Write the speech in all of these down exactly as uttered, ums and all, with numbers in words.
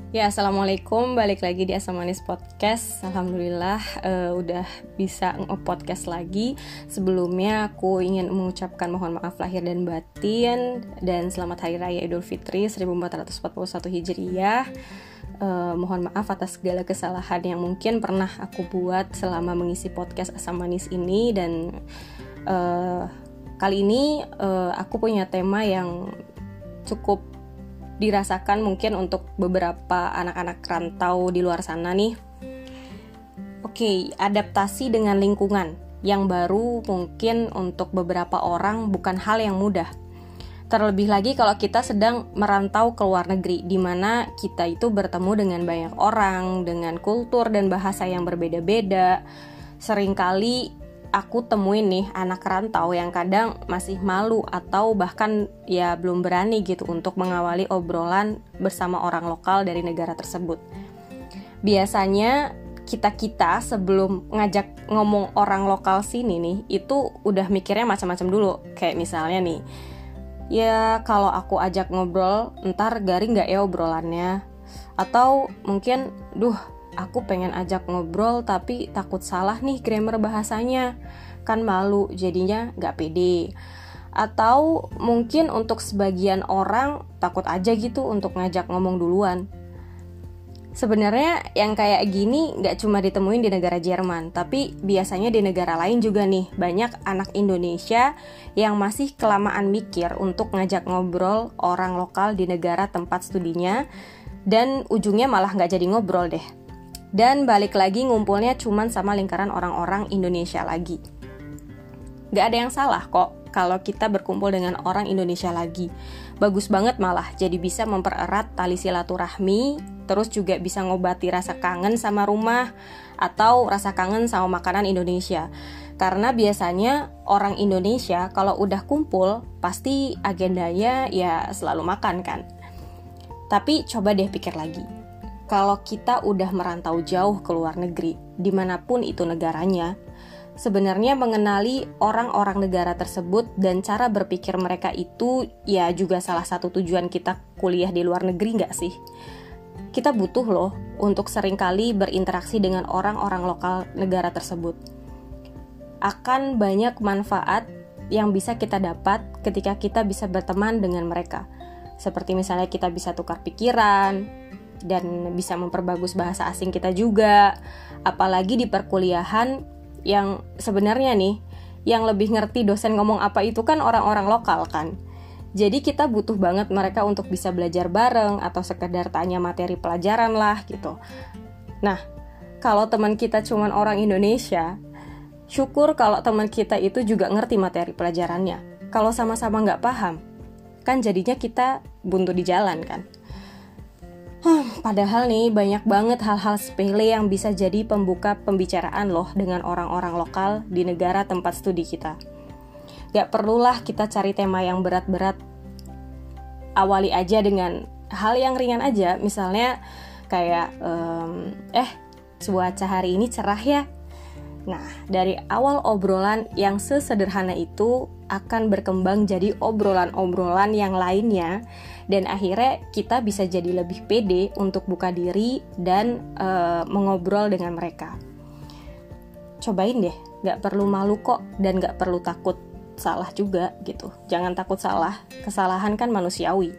Ya, assalamualaikum. Balik lagi di Asam Manis Podcast. Alhamdulillah uh, udah bisa nge-podcast lagi. Sebelumnya aku ingin mengucapkan mohon maaf lahir dan batin, dan selamat Hari Raya Idul Fitri seribu empat ratus empat puluh satu Hijriyah. uh, Mohon maaf atas segala kesalahan yang mungkin pernah aku buat selama mengisi podcast Asam Manis ini. Dan uh, kali ini uh, aku punya tema yang cukup dirasakan mungkin untuk beberapa anak-anak rantau di luar sana nih. Oke, adaptasi dengan lingkungan yang baru mungkin untuk beberapa orang bukan hal yang mudah. Terlebih lagi kalau kita sedang merantau ke luar negeri, di mana kita itu bertemu dengan banyak orang, dengan kultur dan bahasa yang berbeda-beda. Seringkali aku temuin nih anak rantau yang kadang masih malu atau bahkan ya belum berani gitu untuk mengawali obrolan bersama orang lokal dari negara tersebut. Biasanya kita-kita sebelum ngajak ngomong orang lokal sini nih, itu udah mikirnya macam-macam dulu. Kayak misalnya nih, ya kalau aku ajak ngobrol ntar garing gak ya obrolannya? Atau mungkin, duh aku pengen ajak ngobrol tapi takut salah nih grammar bahasanya, kan malu jadinya gak pede. Atau mungkin untuk sebagian orang takut aja gitu untuk ngajak ngomong duluan. Sebenarnya yang kayak gini gak cuma ditemuin di negara Jerman, tapi biasanya di negara lain juga nih. Banyak anak Indonesia yang masih kelamaan mikir untuk ngajak ngobrol orang lokal di negara tempat studinya, dan ujungnya malah gak jadi ngobrol deh. Dan balik lagi ngumpulnya cuman sama lingkaran orang-orang Indonesia lagi. Gak ada yang salah kok kalau kita berkumpul dengan orang Indonesia lagi. Bagus banget malah, jadi bisa mempererat tali silaturahmi, terus juga bisa ngobati rasa kangen sama rumah, atau rasa kangen sama makanan Indonesia. Karena biasanya orang Indonesia kalau udah kumpul, pasti agendanya ya selalu makan kan. Tapi coba deh pikir lagi. Kalau kita udah merantau jauh ke luar negeri, dimanapun itu negaranya, sebenarnya mengenali orang-orang negara tersebut dan cara berpikir mereka itu ya juga salah satu tujuan kita kuliah di luar negeri gak sih? Kita butuh loh untuk seringkali berinteraksi dengan orang-orang lokal negara tersebut. Akan banyak manfaat yang bisa kita dapat ketika kita bisa berteman dengan mereka. Seperti misalnya kita bisa tukar pikiran, dan bisa memperbagus bahasa asing kita juga. Apalagi di perkuliahan yang sebenarnya nih, yang lebih ngerti dosen ngomong apa itu kan orang-orang lokal kan. Jadi kita butuh banget mereka untuk bisa belajar bareng atau sekedar tanya materi pelajaran lah gitu. Nah, kalau teman kita cuman orang Indonesia, syukur kalau teman kita itu juga ngerti materi pelajarannya. Kalau sama-sama nggak paham, kan jadinya kita buntu di jalan kan. Hmm, padahal nih banyak banget hal-hal sepele yang bisa jadi pembuka pembicaraan loh dengan orang-orang lokal di negara tempat studi kita. Gak perlulah kita cari tema yang berat-berat. Awali aja dengan hal yang ringan aja. Misalnya kayak um, Eh cuaca hari ini cerah ya. Nah, dari awal obrolan yang sesederhana itu akan berkembang jadi obrolan-obrolan yang lainnya, dan akhirnya kita bisa jadi lebih pede untuk buka diri dan e, mengobrol dengan mereka. Cobain deh, gak perlu malu kok, dan gak perlu takut salah juga gitu. Jangan takut salah, kesalahan kan manusiawi.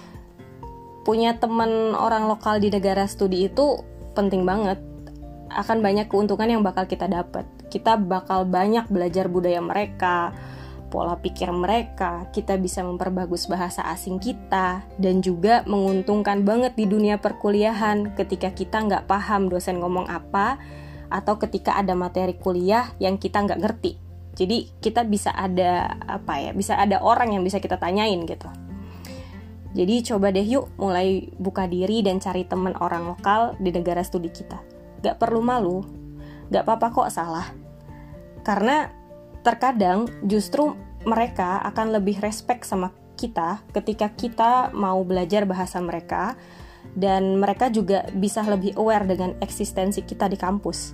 Punya teman orang lokal di negara studi itu penting banget. Akan banyak keuntungan yang bakal kita dapat. Kita bakal banyak belajar budaya mereka, pola pikir mereka, kita bisa memperbagus bahasa asing kita, dan juga menguntungkan banget di dunia perkuliahan ketika kita nggak paham dosen ngomong apa, atau ketika ada materi kuliah yang kita nggak ngerti. Jadi kita bisa ada apa ya, bisa ada orang yang bisa kita tanyain gitu. Jadi coba deh yuk mulai buka diri dan cari teman orang lokal di negara studi kita. Gak perlu malu, gak apa-apa kok salah. Karena terkadang justru mereka akan lebih respect sama kita ketika kita mau belajar bahasa mereka, dan mereka juga bisa lebih aware dengan eksistensi kita di kampus.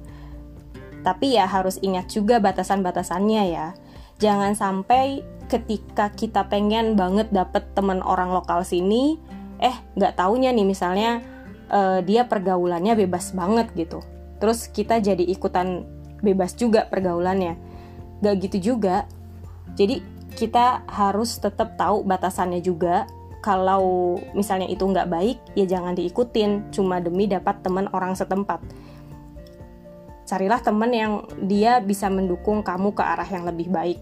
Tapi ya harus ingat juga batasan-batasannya ya. Jangan sampai ketika kita pengen banget dapet teman orang lokal sini, eh gak taunya nih misalnya uh, dia pergaulannya bebas banget gitu. Terus kita jadi ikutan bebas juga pergaulannya. Gak gitu juga. Jadi kita harus tetap tahu batasannya juga. Kalau misalnya itu nggak baik, ya jangan diikutin cuma demi dapat teman orang setempat. Carilah teman yang dia bisa mendukung kamu ke arah yang lebih baik.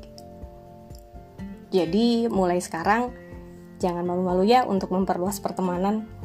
Jadi mulai sekarang jangan malu-malu ya untuk memperluas pertemanan.